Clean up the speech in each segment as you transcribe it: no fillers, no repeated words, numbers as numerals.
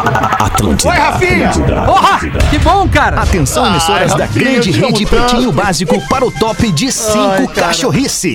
Atlântida. Oi, Rafinha! Porra, que bom, cara! Atenção, emissoras da Rafinha, grande eu te amo rede tanto. Pretinho Básico para o top de 5 cachorrice.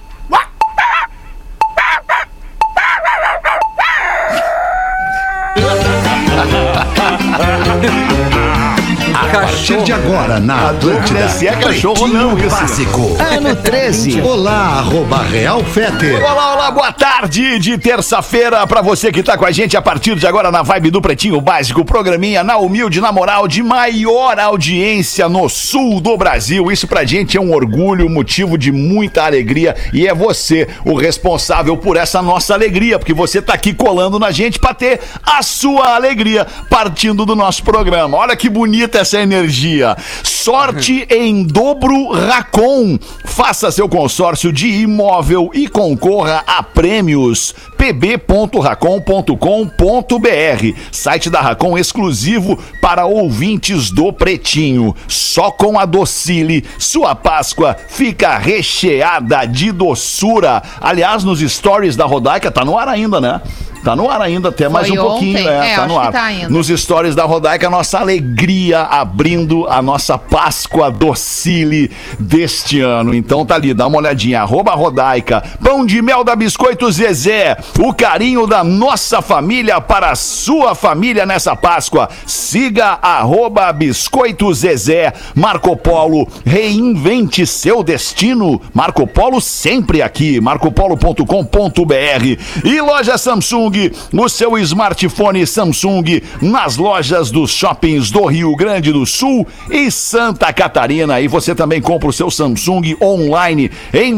A partir de agora, na Atlântida, Se é cachorro, não, isso. Básico. Ano 13. Olá, @Real Feter. Olá, boa tarde de terça-feira pra você que tá com a gente a partir de agora na vibe do Pretinho Básico, programinha na humilde, na moral, de maior audiência no sul do Brasil. Isso pra gente é um orgulho, motivo de muita alegria e é você o responsável por essa nossa alegria, porque você tá aqui colando na gente pra ter a sua alegria partindo do nosso programa. Olha que bonita essa energia. Sorte em dobro Racon. Faça seu consórcio de imóvel e concorra a prêmios. pb.racon.com.br, site da Racon exclusivo para ouvintes do Pretinho. Só com a Docile, sua Páscoa fica recheada de doçura. Aliás, nos stories da Rodaica, tá no ar ainda, né? Tá no ar ainda, até mais um pouquinho, né? Tá no ar. Tá ainda. Nos stories da Rodaica, nossa alegria abrindo a nossa Páscoa Docile deste ano. Então tá ali, dá uma olhadinha. @Rodaica. Pão de mel da Biscoito Zezé. O carinho da nossa família para a sua família nessa Páscoa. Siga @Biscoito Zezé. Marco Polo, reinvente seu destino. Marco Polo sempre aqui. marcopolo.com.br. E loja Samsung, o seu smartphone Samsung nas lojas dos shoppings do Rio Grande do Sul e Santa Catarina. E você também compra o seu Samsung online em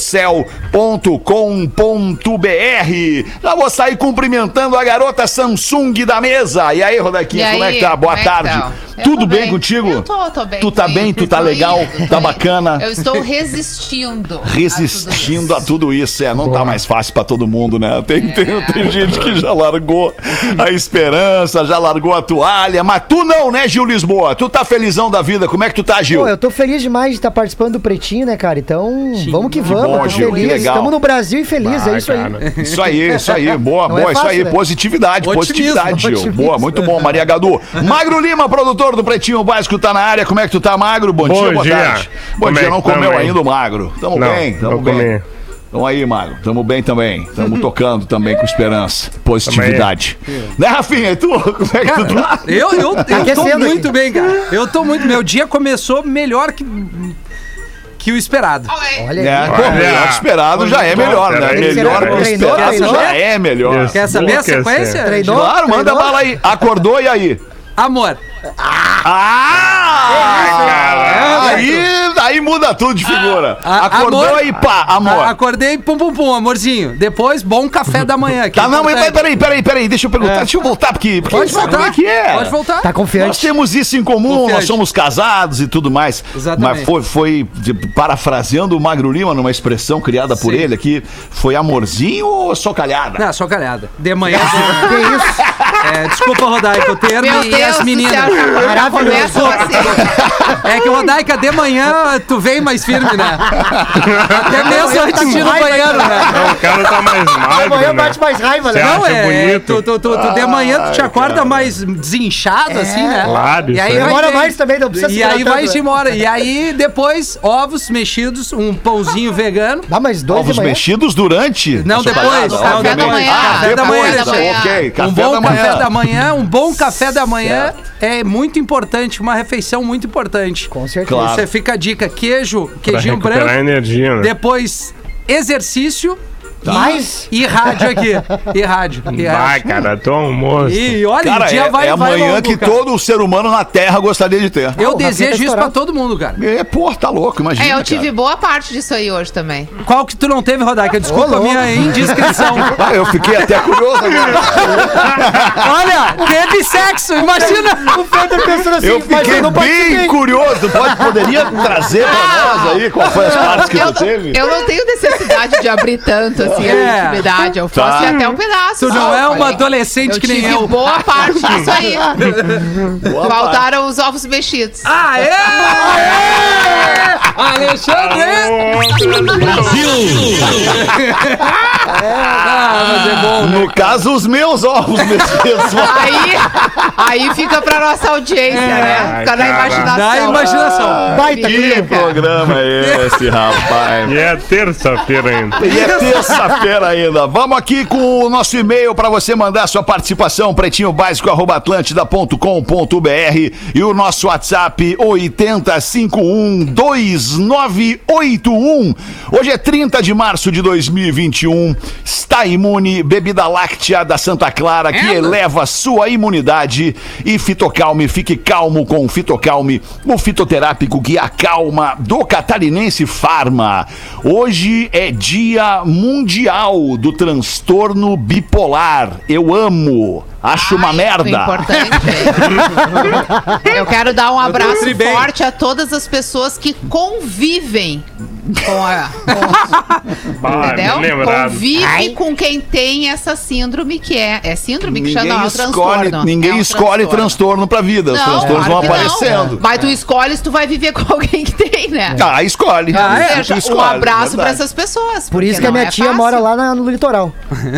mastercell.com.br. Já vou sair cumprimentando a garota Samsung da mesa. E aí, Rodaquinha, E aí, como é que tá? Boa como é que tarde. tá? Eu Tudo tô bem bem. contigo? Eu tô bem. Tu tá bem? Tu tá Tô legal? indo, Tá tô bacana? indo. Eu estou resistindo. Resistindo a tudo isso, não tá mais fácil pra todo mundo, né? Tem gente que já largou a esperança, já largou a toalha, mas tu não, né, Gil Lisboa? Tu tá felizão da vida, como é que tu tá, Gil? Pô, eu tô feliz demais de estar participando do Pretinho, né, cara? Então, vamos que vamos, bom, tô Gil, que feliz. legal. Estamos no Brasil e feliz, é isso aí. Isso aí, boa, Não é boa, isso fácil, aí, né? positividade, positividade, Gil. otimismo. Boa, muito bom, Maria Gadu. Magro Lima, produtor do Pretinho Básico, tá na área, como é que tu tá, Magro? Bom dia, boa tarde. Bom Como dia, é não que comeu tamo aí? ainda o Magro? Tamo bem, tamo bem. Então aí, Magro, tamo bem também. Tamo tocando também com esperança. Positividade. Né, Rafinha? E tu? Como é que tu tá? Eu tô Aquecendo muito bem, cara. Eu tô muito. Meu dia começou melhor que o esperado. Olha É, aí. pô, melhor que esperado já é melhor, né? Peraí. Melhor que Treinou, esperado treinou? já é melhor. Quer saber a sequência? Treinou? Claro, manda bala aí. Acordou e aí? Amor. Aí muda tudo de figura. A- Acordou amor. e pá, amor. Acordei, pum, pum, pum, amorzinho. Depois, bom café da manhã. que Tá, é não, mas importante. peraí, deixa eu perguntar, deixa eu voltar, porque Pode sabe voltar. como é que é? Pode voltar. Tá Nós confiante? temos isso em comum, Confiante. nós somos casados e tudo mais. Exatamente. Mas foi parafraseando o Magro Lima numa expressão criada por Sim. ele aqui, foi amorzinho ou socalhada? Não, só calhada. De manhã. Que isso? Desculpa, Rodaica, o termo Meu e Deus as do meninas. céu, já Maravilhoso. começa assim. É que, Rodaica, de manhã tu vem mais firme, né? Até mesmo antes de ir no banheiro, né? O cara tá mais magro, Amanhã né? bate mais raiva, né? Você Não, acha bonito? Tu de manhã tu te acorda mais desinchado, assim, né? Claro, E aí isso aí. vai Demora bem. mais também, não precisa E segurar aí tanto, vai né? embora. E aí depois, ovos mexidos, um pãozinho vegano. Dá mais 2 Ovos de manhã? mexidos durante? Não, a depois. socalhada? Não, Café da depois. manhã. Café da manhã. Café da manhã. Ok, café Um bom da manhã. café da manhã, um bom café da manhã é muito importante, uma refeição muito importante. Com certeza. Claro. Você fica a dica, queijo, Pra queijinho recuperar branco, energia, né? depois exercício Mais? e rádio aqui. E rádio. Vai, cara, tô almoço. E olha, Cara, o dia vai amanhã longo, que cara. todo ser humano na Terra gostaria de ter. Eu o Rafinha desejo tá isso pra estourado. todo mundo, cara. Pô, tá louco, imagina, Eu tive cara. boa parte disso aí hoje também. Qual que tu não teve, Rodaica? Desculpa a louco. minha indiscrição. Ah, eu fiquei até curioso agora. Olha, teve sexo, imagina. O Pedro pensando assim, Eu mas fiquei eu não bem participei. curioso. Poderia trazer pra nós aí qual foi as partes que tu teve? Eu não tenho necessidade de abrir tanto assim É. a intimidade. Eu posso ir até um pedaço. Tu não só. é uma Olha, adolescente que nem tive eu. boa parte disso aí. Faltaram os ovos mexidos. Aê! Alexandre! Mas é bom, né? No caso, os meus ovos, pessoal. Aí fica pra nossa audiência, né? Fica na imaginação. Na imaginação. Baita Que clima. programa é esse, rapaz? E é terça-feira ainda. E é terça-feira ainda. Vamos aqui com o nosso e-mail para você mandar sua participação, pretinhobásico@atlantida.com.br e o nosso WhatsApp 80512981. Hoje é 30 de março de 2021. Está Imune, bebida láctea da Santa Clara que eleva sua imunidade. E Fitocalme, fique calmo com o Fitocalme, o fitoterápico que acalma, do Catarinense Farma. Hoje é Dia Mundial do Transtorno Bipolar. Eu amo. Acho uma merda. Importante. Eu quero dar um abraço bem. forte a todas as pessoas que convivem com a. Entendeu? bem lembrado. Convive com quem tem essa síndrome que é síndrome que chama o escolhe, transtorno. ninguém É um escolhe transtorno pra vida. Os transtornos vão claro que não. aparecendo. Mas tu escolhes, tu vai viver com alguém que tem, né? Ah, escolhe. Ah, é? Ou seja, Tu escolhe, um abraço pra verdade. essas pessoas. Por isso porque que a não minha é tia fácil. mora lá no litoral.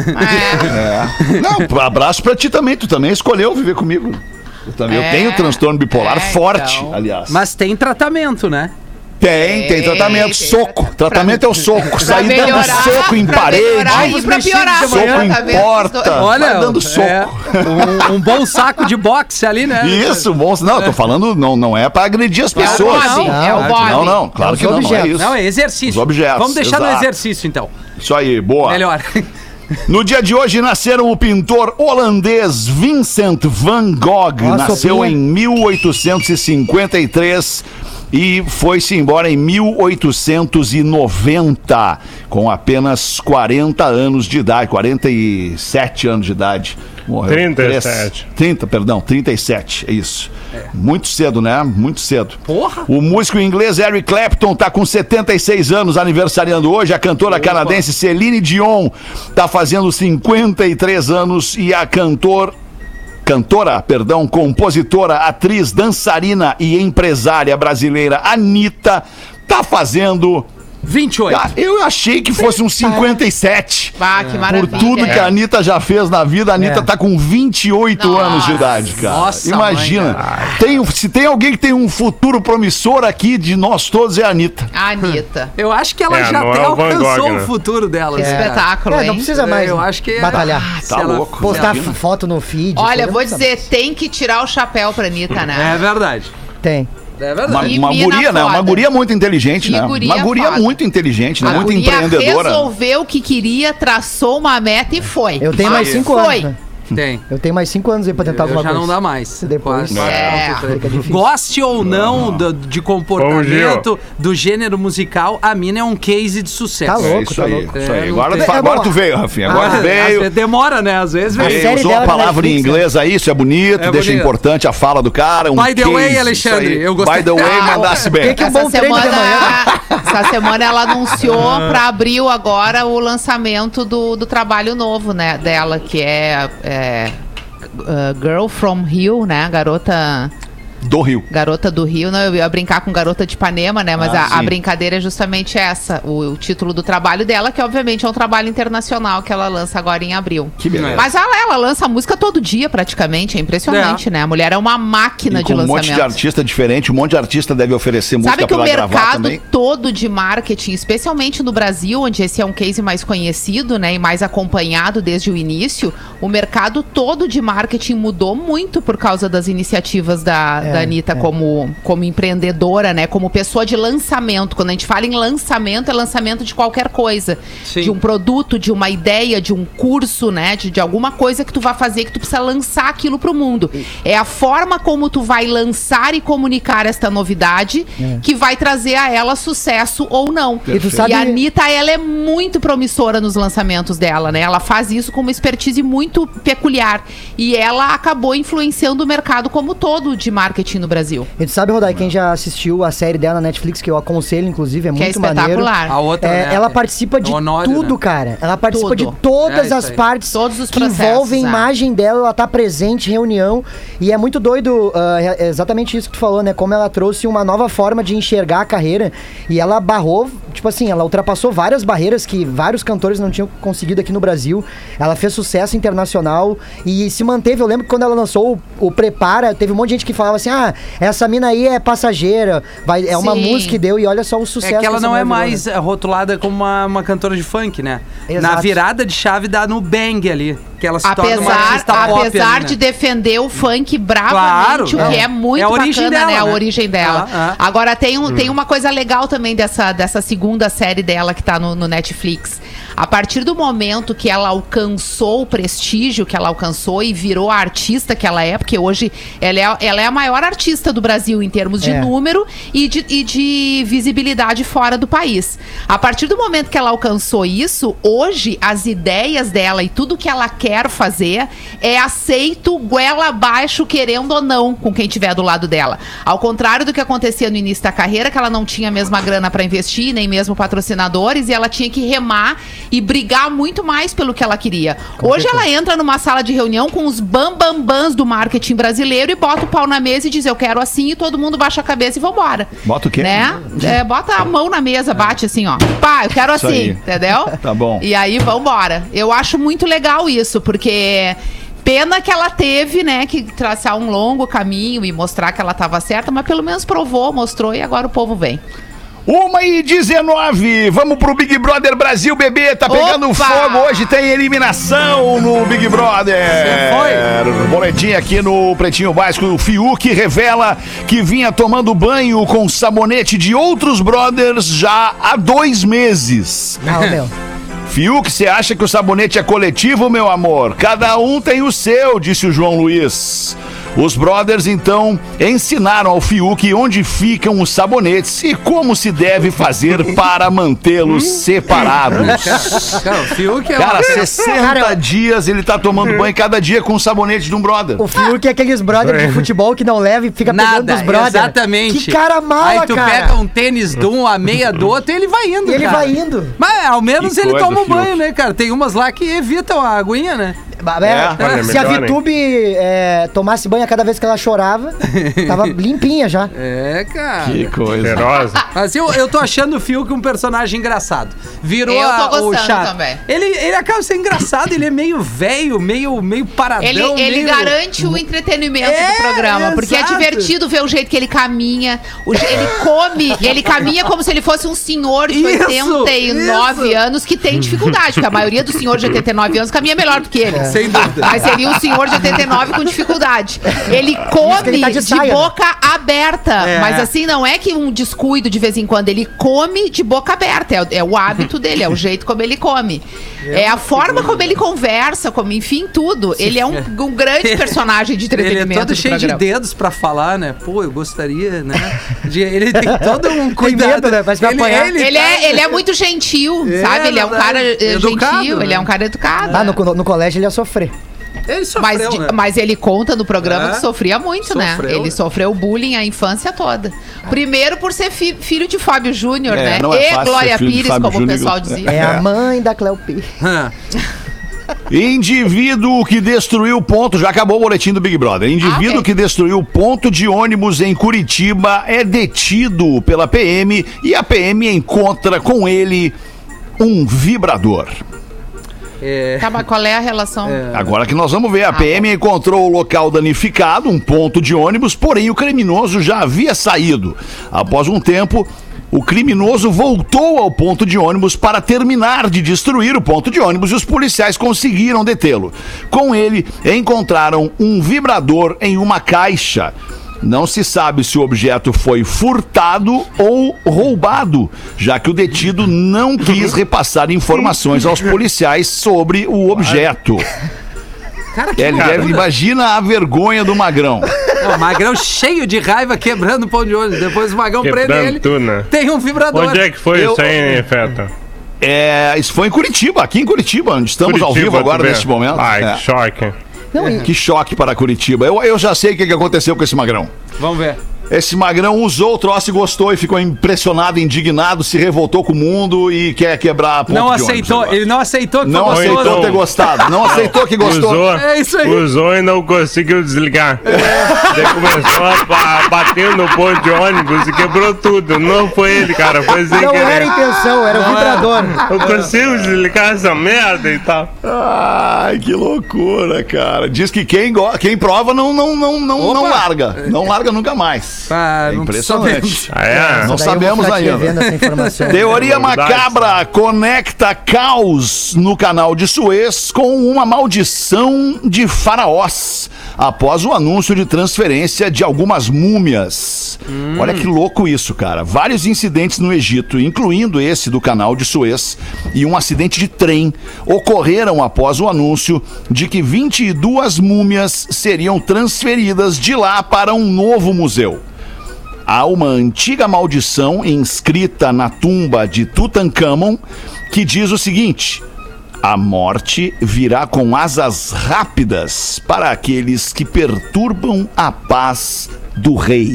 Não, abraço pra ti também. Tu também escolheu viver comigo. Eu tenho transtorno bipolar forte, então. aliás. Mas tem tratamento, né? Tem tratamento. tem. Soco. Tratamento é o soco. Sair dando melhorar, soco em pra parede. melhorar e pra piorar. Soco em Tratamento dos porta. dois. Olha, Vai dando soco. um bom saco de boxe ali, né? Isso, bom. Não, eu tô falando, não é pra agredir as pessoas. Bob, é o Bob. Não, claro que não, não é isso. Não, é exercício. Os objetos, Vamos deixar no exato. exercício, então. Isso aí, boa. Melhor. No dia de hoje nasceram o pintor holandês Vincent van Gogh. Nossa, Nasceu sopinha. em 1853 e foi-se embora em 1890, com apenas 40 anos de idade, 47 anos de idade. Morreu. 37. 37, é isso. Muito cedo, né? Muito cedo. Porra! O músico inglês Eric Clapton tá com 76 anos aniversariando hoje. A cantora canadense Celine Dion tá fazendo 53 anos e a compositora, atriz, dançarina e empresária brasileira Anitta tá fazendo... 28. Ah, eu achei que fosse um 57. Ah, que maravilha. Por tudo que a Anitta já fez na vida, a Anitta tá com 28 Nossa. anos de idade, cara. Nossa, Imagina. Se tem alguém que tem um futuro promissor aqui de nós todos, é a Anitta. A Anitta. Eu acho que ela já não até é o Van alcançou Gogh, o né? futuro dela. Que né? espetáculo, Não hein? precisa mais Eu acho que batalhar. se Tá ela- louco. Postar Imagina. foto no feed. Olha, não vou precisa dizer, tem que tirar o chapéu pra Anitta, É né? verdade. mais. Tem. É Uma, verdade. E uma mina guria, né? Uma foda. guria muito inteligente, Que né? guria Uma guria foda. muito inteligente, né? A Muito guria empreendedora. resolveu o que queria, traçou uma meta e foi. Eu tenho mais 5 Foi. anos, né? Tem. Eu tenho mais 5 anos aí pra tentar Eu alguma já coisa. não dá mais. Depois. Quase. É. Fica difícil. Goste ou não de comportamento, do gênero musical, a mina é um case de sucesso. Tá louco. É isso aí. louco. Isso aí. É, Agora, não tem- agora tu veio, Rafinha. Agora tu Às veio. vezes demora, né? Às vezes vem. série Usou dela a na palavra em Netflix, inglês aí, isso é bonito, É deixa bonito. importante a fala do cara. By the way, case, Alexandre, isso aí. eu gostei. By the way, mandasse bem. Que bom treino de Essa semana ela anunciou pra abril agora o lançamento do trabalho novo, né, dela, que é Girl from Rio, né? Do Rio. Garota do Rio, não, eu ia brincar com Garota de Ipanema, né? Mas Ah, a sim. brincadeira é justamente essa, o título do trabalho dela, que obviamente é um trabalho internacional que ela lança agora em abril. Que beleza. Mas ela lança música todo dia praticamente, é impressionante, né? A mulher é uma máquina E de com um lançamento. monte de artista diferente, um monte de artista deve oferecer música Sabe que pra o ela gravar mercado também. todo de marketing, especialmente no Brasil, onde esse é um case mais conhecido, né, e mais acompanhado desde o início, o mercado todo de marketing mudou muito por causa das iniciativas da Anitta como empreendedora, né, como pessoa de lançamento. Quando a gente fala em lançamento, é lançamento de qualquer coisa. Sim. De um produto, de uma ideia, de um curso, né, de alguma coisa que tu vai fazer, que tu precisa lançar aquilo pro mundo. É a forma como tu vai lançar e comunicar esta novidade que vai trazer a ela sucesso ou não. E tu sabe- E a Anitta, ela é muito promissora nos lançamentos dela, né? Ela faz isso com uma expertise muito peculiar. E ela acabou influenciando o mercado como todo de marketing marketing no Brasil. E tu sabe, Rodai, quem já assistiu a série dela na Netflix, que eu aconselho, inclusive, é Que é muito maneiro. espetacular. A outra, né? Ela participa de Honório, tudo, né? cara. Ela participa Tudo. de todas isso as aí. partes Todos os que processos, envolvem a é. imagem dela, ela tá presente em reunião. E é muito doido, é exatamente isso que tu falou, né? Como ela trouxe uma nova forma de enxergar a carreira. E ela barrou, tipo assim, ela ultrapassou várias barreiras que vários cantores não tinham conseguido aqui no Brasil. Ela fez sucesso internacional e se manteve. Eu lembro que quando ela lançou o Prepara, teve um monte de gente que falava assim, essa mina aí é passageira, é uma Sim. música que deu, e olha só o sucesso. É que ela essa não é mulher virou, mais né? rotulada como uma cantora de funk, né? Exato. Na virada de chave dá no Bang ali, que ela se torna uma artista pop Apesar ali, né? de defender o funk bravamente, Claro, o que é. é muito É a origem bacana, dela, né? A né? origem dela. Agora, tem uma coisa legal também dessa segunda série dela que tá no Netflix. A partir do momento que ela alcançou o prestígio que ela alcançou e virou a artista que ela é, porque hoje ela é a maior artista do Brasil em termos de número e de visibilidade fora do país. A partir do momento que ela alcançou isso, hoje as ideias dela e tudo que ela quer fazer é aceito goela abaixo, querendo ou não, com quem tiver do lado dela. Ao contrário do que acontecia no início da carreira, que ela não tinha a mesma grana para investir, nem mesmo patrocinadores, e ela tinha que remar e brigar muito mais pelo que ela queria. Hoje ela entra numa sala de reunião com os bambambãs do marketing brasileiro e bota o pau na mesa e diz, eu quero assim, e todo mundo baixa a cabeça e vambora. Bota o quê? Né? Bota a mão na mesa, bate assim, ó. Pá, eu quero Isso assim, aí. entendeu? Tá bom. E aí, vambora. Eu acho muito legal isso, porque... Pena que ela teve, né, que traçar um longo caminho e mostrar que ela estava certa, mas pelo menos provou, mostrou e agora o povo vem. 1h19, vamos pro Big Brother Brasil, bebê, tá pegando Opa! fogo, hoje tem eliminação no Big Brother. Foi? Boletim aqui no Pretinho Básico, o Fiuk revela que vinha tomando banho com sabonete de outros brothers já há 2 meses. Não, meu. Fiuk, você acha que o sabonete é coletivo, meu amor? Cada um tem o seu, disse o João Luiz. Os brothers, então, ensinaram ao Fiuk onde ficam os sabonetes e como se deve fazer para mantê-los separados. Cara, o Fiuk é Cara, 60 dias ele tá tomando banho cada dia com o sabonete de um brother. O Fiuk é aqueles brothers de futebol que não leva e fica pegando nada, dos brothers. exatamente. Que cara mala, Aí tu cara. pega um tênis de um, a meia do outro e ele vai indo, E ele cara. vai indo. Mas ao menos Que ele coisa, toma um banho, Fiuk. né, cara? Tem umas lá que evitam a aguinha, né? Olha, Se a melhor, hein? Vitube tomasse banho a cada vez que ela chorava, tava limpinha já. É, cara. Que coisa. Cheirosa. Mas eu tô achando o Fiuk um personagem engraçado. Virou Eu tô o gostando chato. também. Ele acaba sendo engraçado, ele é meio velho, meio paradão. Ele meio... garante o entretenimento É, do programa, porque é exato. divertido ver o jeito que ele caminha, ele come, ele caminha como se ele fosse um senhor de Isso, 89 isso. anos que tem dificuldade, porque a maioria dos senhores de 89 anos caminha melhor do que ele. Sem dúvida. Mas seria um senhor de 89 com dificuldade. Ele come ele tá de de saia, boca aberta, É. mas assim, não é que um descuido de vez em quando, ele come de boca aberta, é o hábito dele, é o jeito como ele come. É a forma como ele conversa, como, enfim, tudo. Ele é um grande personagem de Ele é entretenimento todo do cheio programa. de dedos pra falar, né? Pô, eu gostaria, né? Ele tem todo um cuidado. medo, né? Parece que vai apanhar. Ele é muito gentil, É, sabe? Ele é um verdade. cara Educado, gentil, né? ele é um cara educado. Ah, no colégio ele ia sofrer. Ele sofreu, né? Mas ele conta no programa É. que sofria muito, né? Sofreu. Ele sofreu bullying a infância toda. Primeiro por ser filho de Fábio Júnior, É, né? não é E fácil Glória ser filho de Pires, Fábio como Júnior. o pessoal dizia. É a mãe da Cleo Pires. Indivíduo que destruiu ponto. Já acabou o boletim do Big Brother. Indivíduo ok. que destruiu ponto de ônibus em Curitiba é detido pela PM e a PM encontra com ele um vibrador. Tá, mas qual é a relação? Agora que nós vamos ver, a PM encontrou o local danificado, um ponto de ônibus, porém o criminoso já havia saído. Após um tempo, o criminoso voltou ao ponto de ônibus para terminar de destruir o ponto de ônibus e os policiais conseguiram detê-lo. Com ele, encontraram um vibrador em uma caixa. Não se sabe se o objeto foi furtado ou roubado, já que o detido não quis repassar informações aos policiais sobre o objeto. Cara, que Ele deve, imagina a vergonha do Magrão. O Magrão cheio de raiva, quebrando o pão de ônibus. Depois o Magrão prende Quebrando ele. tudo, né? Tem um vibrador. Onde é que foi Eu- isso aí, Feta? Isso foi em Curitiba, aqui em Curitiba, onde estamos ao vivo Curitiba, agora tu vê? neste momento. Ai, É. que choque. Não, Que choque para Curitiba. Eu já sei o que aconteceu com esse magrão. Vamos ver. Esse magrão usou o troço e gostou e ficou impressionado, indignado, se revoltou com o mundo e quer quebrar a ponte Não de aceitou, ônibus ele não aceitou que Não foi aceitou gostoso. ter gostado, não aceitou que gostou. Usou, É isso aí. usou e não conseguiu desligar. Ele começou a bater no ponto de ônibus e quebrou tudo. Não foi ele, cara, foi sem não querer. era intenção, era o vibrador. Eu consigo desligar essa merda e tal. Ai, que loucura, cara. Diz que quem prova não larga. Não larga nunca mais. Ah, É não impressionante. Ah, é? Não Daí eu vou sabemos ficar te ainda. devendo essa informação. Teoria Novidades. macabra conecta caos no canal de Suez com uma maldição de faraós após o anúncio de transferência de algumas múmias. Olha que louco isso, cara. Vários incidentes no Egito, incluindo esse do canal de Suez e um acidente de trem, ocorreram após o anúncio de que 22 múmias seriam transferidas de lá para um novo museu. Há uma antiga maldição inscrita na tumba de Tutankhamon que diz o seguinte: a morte virá com asas rápidas para aqueles que perturbam a paz do rei.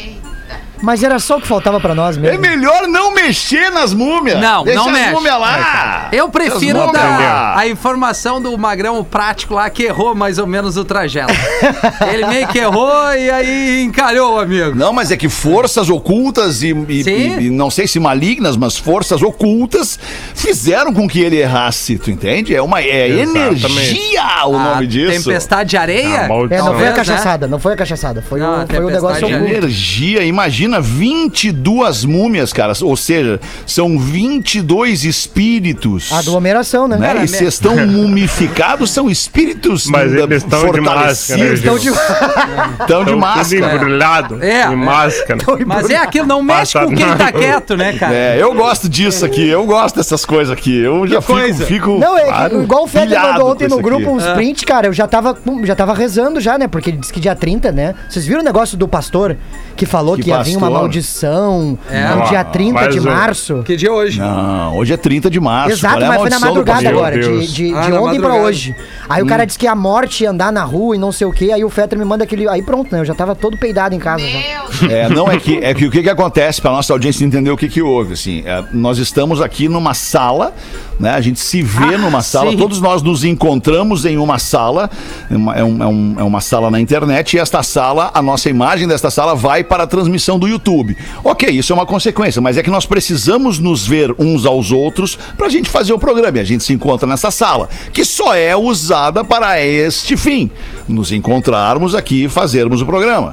Mas era só o que faltava pra nós É mesmo. melhor não mexer nas múmias. Não, Deixa não as mexe. múmias lá. Eu prefiro As múmias dar lá. a informação do magrão prático lá que errou mais ou menos o trajeto. Ele meio que errou e aí encalhou, amigo. Não, mas é que forças ocultas Sim. e não sei se malignas, mas forças ocultas fizeram com que ele errasse, tu entende? É Exatamente. energia o nome disso. Tempestade de areia? Ah, maldição. Não foi a Talvez, cachaçada, não foi a cachaçada. Foi Não, o negócio tempestade de oculto. Energia, imagina 22 múmias, cara. Ou seja, são 22 espíritos. Aglomeração, né? Né? E se estão mumificados, são espíritos Mas eles estão de fortalecidos. máscara, Estão de... Gil. Estão de Tudo máscara. embrulhado, É. de máscara. Mas é aquilo, não mexe Passa com quem tá nada. quieto, né, cara? É, eu gosto disso aqui, eu gosto dessas coisas aqui. Eu já fico Não, é que, claro, igual o Feder pilhado mandou com ontem isso no grupo aqui. uns print, cara, eu já tava rezando já, né? Porque ele disse que dia 30, né? Vocês viram o negócio do pastor que falou Que que ia vir uma pastor? maldição É. no dia 30 Mais de um. março? Que dia é hoje? Não, hoje é 30 de março. Exato, Qual é a mas foi na maldição do madrugada pastor? agora, Deus. de Ah, ontem na pra madrugada. hoje. Aí o cara disse que a morte ia andar na rua e não sei o que, aí o Fetter me manda aquele... Aí pronto, né? Eu já tava todo peidado em casa já. É, não, é que o que acontece pra nossa audiência entender o que houve, assim, nós estamos aqui numa sala, né, a gente se vê numa sala, sim. todos nós nos encontramos em uma sala, é uma sala na internet, e esta sala, a nossa imagem desta sala vai para a transmissão do YouTube. Ok, isso é uma consequência, mas é que nós precisamos nos ver uns aos outros pra gente fazer o programa, e a gente se encontra nessa sala, que só é usada para este fim, nos encontrarmos aqui e fazermos o programa.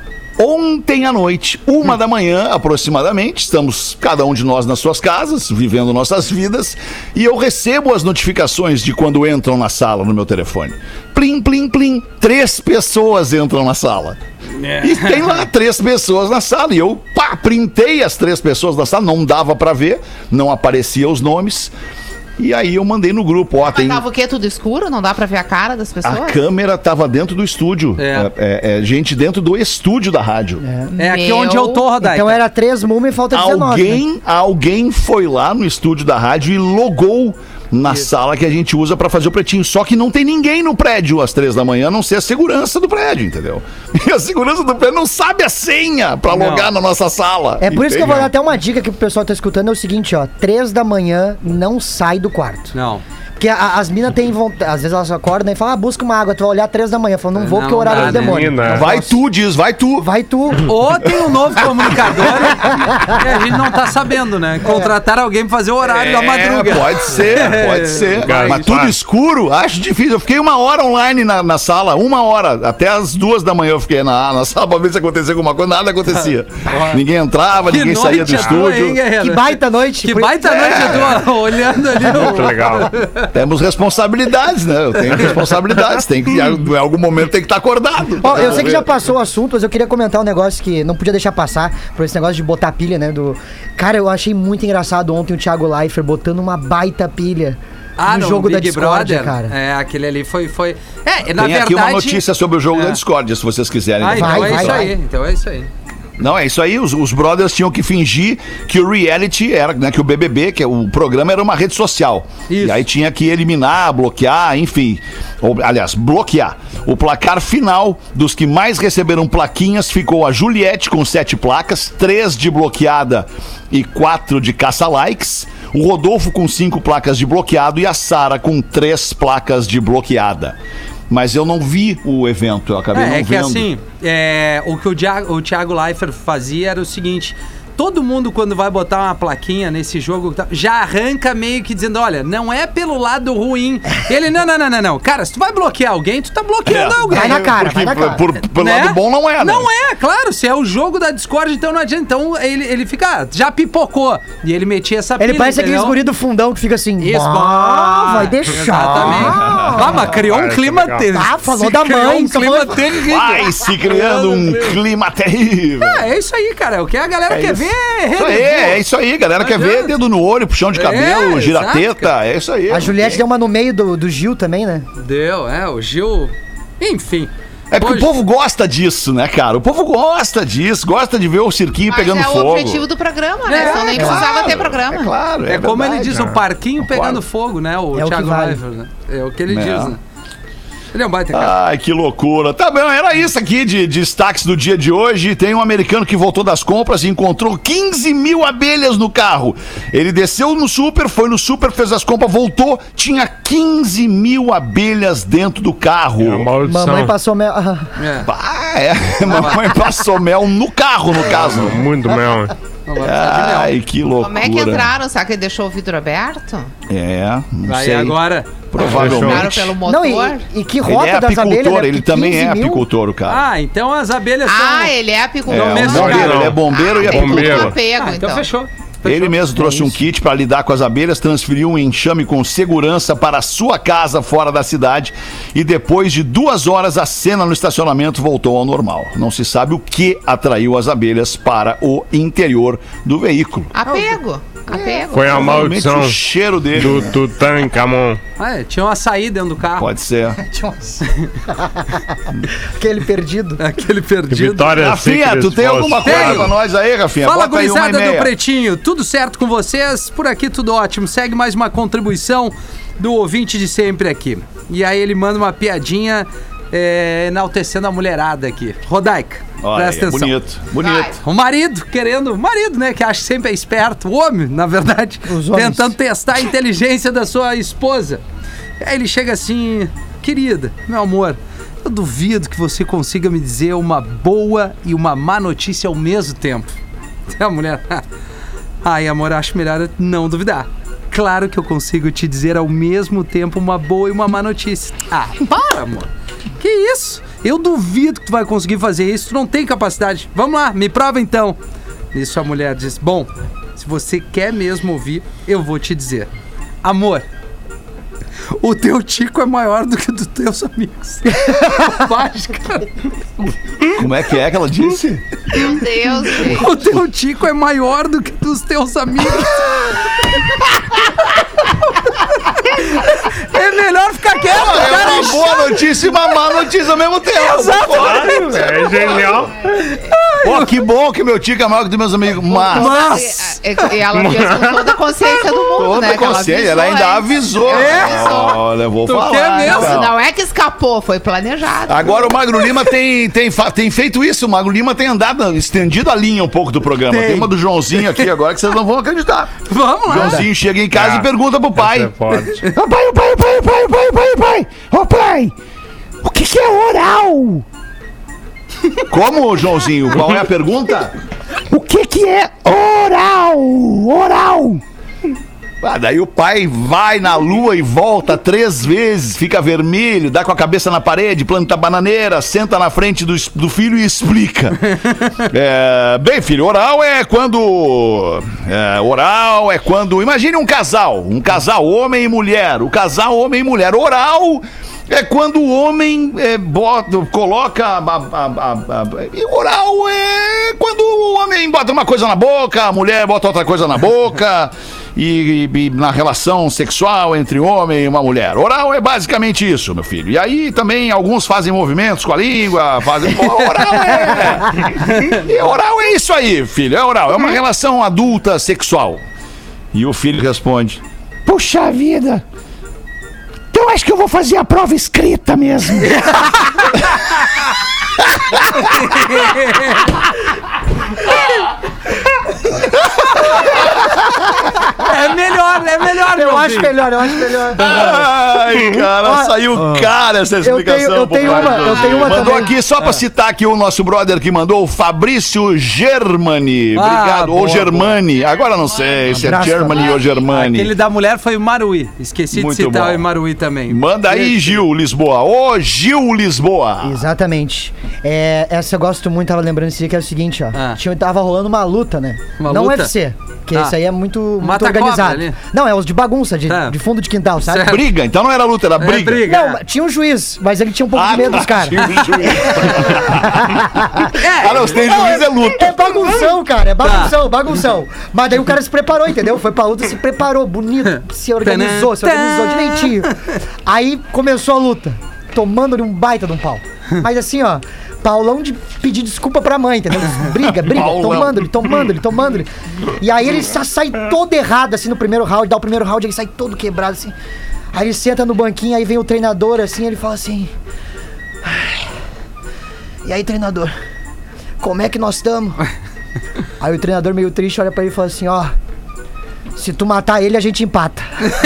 Ontem à noite, 1h aproximadamente, estamos cada um de nós nas suas casas, vivendo nossas vidas, e eu recebo as notificações de quando entram na sala no meu telefone. Plim, plim, plim. 3 pessoas entram na sala. E tem lá 3 pessoas na sala. E eu, printei as 3 pessoas na sala, não dava pra ver, não aparecia os nomes. E aí eu mandei no grupo, ó, Mas tem... tava o quê? Tudo escuro? Não dá pra ver a cara das A pessoas? câmera tava dentro do estúdio. É gente dentro do estúdio da rádio. É aqui onde eu tô, Rodaica. Então era 3 múmias e falta 19, né? Alguém foi lá no estúdio da rádio e logou na sala que a gente usa pra fazer o Pretinho. Só que não tem ninguém no prédio às 3h, a não ser a segurança do prédio, entendeu? E a segurança do prédio não sabe a senha pra logar na nossa sala. É por isso que eu vou dar Entendeu? até uma dica que o pessoal tá escutando, é o seguinte, ó. 3h não sai do quarto. Não. Porque as minas têm vontade, às vezes elas acordam e falam, busca uma água, tu vai olhar 3h. Falam, não vou porque é o horário Não do dá, demônio. menina. Não Vai posso. tu, diz, vai tu. Vai tu. Ou tem um novo comunicador que a gente não tá sabendo, né? Contratar alguém pra fazer o horário da madruga. Pode ser, pode ser. Cara, Mas tudo claro. escuro, acho difícil. Eu fiquei 1 hora online na sala, 1 hora. Até as 2h eu fiquei na sala pra ver se acontecia alguma coisa. Nada acontecia. Ninguém entrava, ninguém saía do é tua, hein, estúdio. guerreiro? Que baita noite. Que baita noite é tua, olhando ali Muito o... legal. Temos responsabilidades, né? Eu tenho responsabilidades. Tem que, em algum momento tem que estar acordado. Ó, eu sei que já passou o assunto, mas eu queria comentar um negócio que não podia deixar passar, por esse negócio de botar pilha, né? Cara, eu achei muito engraçado ontem o Thiago Leifert botando uma baita pilha no jogo da Big Discord, Brother. cara. É, aquele ali foi... É, na Tem verdade... aqui uma notícia sobre o jogo É. da Discord, se vocês quiserem. Ah, então Vai, é vai, isso vai. aí. Então é isso aí. Não, é isso aí, os brothers tinham que fingir que o reality era, né, que o BBB, que o programa era uma rede social. Isso. E aí tinha que eliminar, bloquear, enfim. Aliás, bloquear. O placar final dos que mais receberam plaquinhas ficou a Juliette com 7 placas, 3 de bloqueada e 4 de caça-likes. O Rodolfo com 5 placas de bloqueado e a Sara com 3 placas de bloqueada. Mas eu não vi o evento, eu acabei não vendo. É que assim, o que o Thiago Leifert fazia era o seguinte... Todo mundo, quando vai botar uma plaquinha nesse jogo, já arranca meio que dizendo, olha, não é pelo lado ruim. Ele, não. Cara, se tu vai bloquear alguém, tu tá bloqueando alguém. Vai na cara, Porque vai na cara. Pelo lado bom não é, né? Não é, claro. Se é o jogo da Discord, então não adianta. Então ele fica, já pipocou. E ele metia essa pilha, Ele parece aqueles guri do fundão que fica assim... Isso, vai deixar. Exatamente. Mas criou um clima terrível. Falou da mãe. Um clima terrível. Vai se criando um clima terrível. É isso aí, cara. É o que a galera quer ver. Isso aí, é isso aí, galera. Quer ver dedo no olho, puxão de cabelo, girateta, é isso aí. A Juliette deu uma no meio do Gil também, né? Deu, o Gil... Enfim. É porque o povo gosta disso, né, cara? O povo gosta disso, gosta de ver o cirquinho Mas pegando é fogo. o objetivo do programa, né? Senão nem precisava ter programa. É claro, É como verdade, ele diz, o parquinho Concordo. pegando fogo, né? O É o que Thiago vale. Leifert, né? É o que ele diz, né? Ele é um baita cara. Ai, que loucura. Tá bom, era isso aqui de destaques do dia de hoje. Tem um americano que voltou das compras e encontrou 15 mil abelhas no carro. Ele desceu no super, foi no super, fez as compras, voltou, tinha 15 mil abelhas dentro do carro. É uma maldição. Mamãe passou mel. Mamãe passou mel no carro, no caso. Muito mel. Ai, que loucura. Como é que entraram? Será que ele deixou o vidro aberto? Não Aí sei. agora... Provavelmente. Entraram pelo motor? Não, e que Ele rota é das abelhas? apicultor, né? ele Porque também 15 é mil? apicultor, o cara. Ah, então as abelhas são... ele é apicultor. É, mesmo bombeiro, cara. ele é bombeiro e Tem tudo bombeiro. no apego, Ah, então fechou. Ele mesmo trouxe um kit para lidar com as abelhas, transferiu um enxame com segurança para a sua casa fora da cidade e depois de 2 horas a cena no estacionamento voltou ao normal. Não se sabe o que atraiu as abelhas para o interior do veículo. Apego. Foi a Provavelmente maldição o cheiro dele. do Tutankhamon. Tinha um açaí dentro do carro. Pode ser. Aquele perdido. Aquele perdido. Vitória Rafinha, Secret tu tem Falls. alguma coisa Tenho. pra nós aí, Rafinha? Fala, Bota aí uma gurizada e do meia. Pretinho. Tudo certo com vocês? Por aqui tudo ótimo. Segue mais uma contribuição do ouvinte de sempre aqui. E aí ele manda uma piadinha enaltecendo a mulherada aqui. Rodaica, Olha presta aí, atenção. bonito. O marido, né, que acha que sempre é esperto, o homem, na verdade, Os homens. tentando testar a inteligência da sua esposa. Aí ele chega assim, querida, meu amor, eu duvido que você consiga me dizer uma boa e uma má notícia ao mesmo tempo. A mulher, ai amor, acho melhor não duvidar. Claro que eu consigo te dizer ao mesmo tempo uma boa e uma má notícia. Ah, para, amor. Que isso? Eu duvido que tu vai conseguir fazer isso, tu não tem capacidade. Vamos lá, me prova então. Isso a mulher diz, bom, se você quer mesmo ouvir, eu vou te dizer. Amor, o teu tico é maior do que dos teus amigos. Mágica. Como é que ela disse? Meu Deus, gente. O teu tico é maior do que dos teus amigos. É melhor ficar quieto, É cara. uma boa notícia e uma má notícia ao mesmo tempo. Exatamente. É genial. Pô, que bom que meu tico é maior que dos meus amigos. Mas... Ela fez com toda a consciência do mundo, Toda né? Que consciência, ela ainda avisou. Olha, vou Tu falar. quer mesmo? então. Não é que escapou, foi planejado. Agora o Magro Lima tem feito isso. O Magro Lima tem andado, estendido a linha um pouco do programa. Tem uma do Joãozinho aqui agora que vocês não vão acreditar. Vamos O lá. Joãozinho chega em casa Ah, e pergunta pro Essa é pai. forte. Ô pai, o que é oral? Como, Joãozinho? Qual é a pergunta? O que é oral? Oral. Ah, daí o pai vai na lua e volta 3 vezes, fica vermelho, dá com a cabeça na parede, planta bananeira, senta na frente do filho e explica. Bem, filho, oral é quando... Imagine um casal, homem e mulher. O casal homem e mulher. Oral é quando o homem coloca... E oral é quando o homem bota uma coisa na boca, a mulher bota outra coisa na boca... e na relação sexual entre um homem e uma mulher. Oral é basicamente isso, meu filho. E aí também alguns fazem movimentos com a língua, fazem... Oral é isso aí, filho, é oral. É uma relação adulta sexual. E o filho responde: puxa vida, então acho que eu vou fazer a prova escrita mesmo. É melhor, Eu acho melhor. Ai, cara, saiu cara essa explicação. Eu tenho uma mandou também. aqui, só pra citar aqui o nosso brother que mandou, o Fabrício Germani. Obrigado, ou Germani. Agora não sei se é Abraço, Germani ou Germani. Aquele da mulher foi o Marui. Esqueci Muito de citar bom. o Marui também. Manda aí, Gil Lisboa. Ô, Gil Lisboa. Exatamente. Essa eu gosto muito, tava lembrando esse dia que era o seguinte, ó. Tava rolando uma luta, né? Uma Não luta? UFC, porque isso aí é muito Mata-cobra organizado. ali. Não, é os de bagunça, de fundo de quintal, sabe? Certo. Briga, então não era luta, era briga. Não, tinha um juiz, mas ele tinha um pouco de medo dos caras. Tinha um juiz. Não, se tem juiz é luta. É bagunção, cara, bagunção. Mas daí o cara se preparou, entendeu? Foi pra luta, se preparou, bonito, se organizou direitinho. Aí começou a luta, tomando-lhe um baita de um pau. Mas assim, ó, Paulão de pedir desculpa pra mãe, entendeu? Briga, tomando-lhe. E aí ele sai todo errado, assim, no primeiro round, dá o primeiro round, ele sai todo quebrado, assim. Aí ele senta no banquinho, aí vem o treinador, assim, ele fala assim... E aí, treinador, como é que nós estamos? Aí o treinador meio triste olha pra ele e fala assim, ó... Se tu matar ele, a gente empata.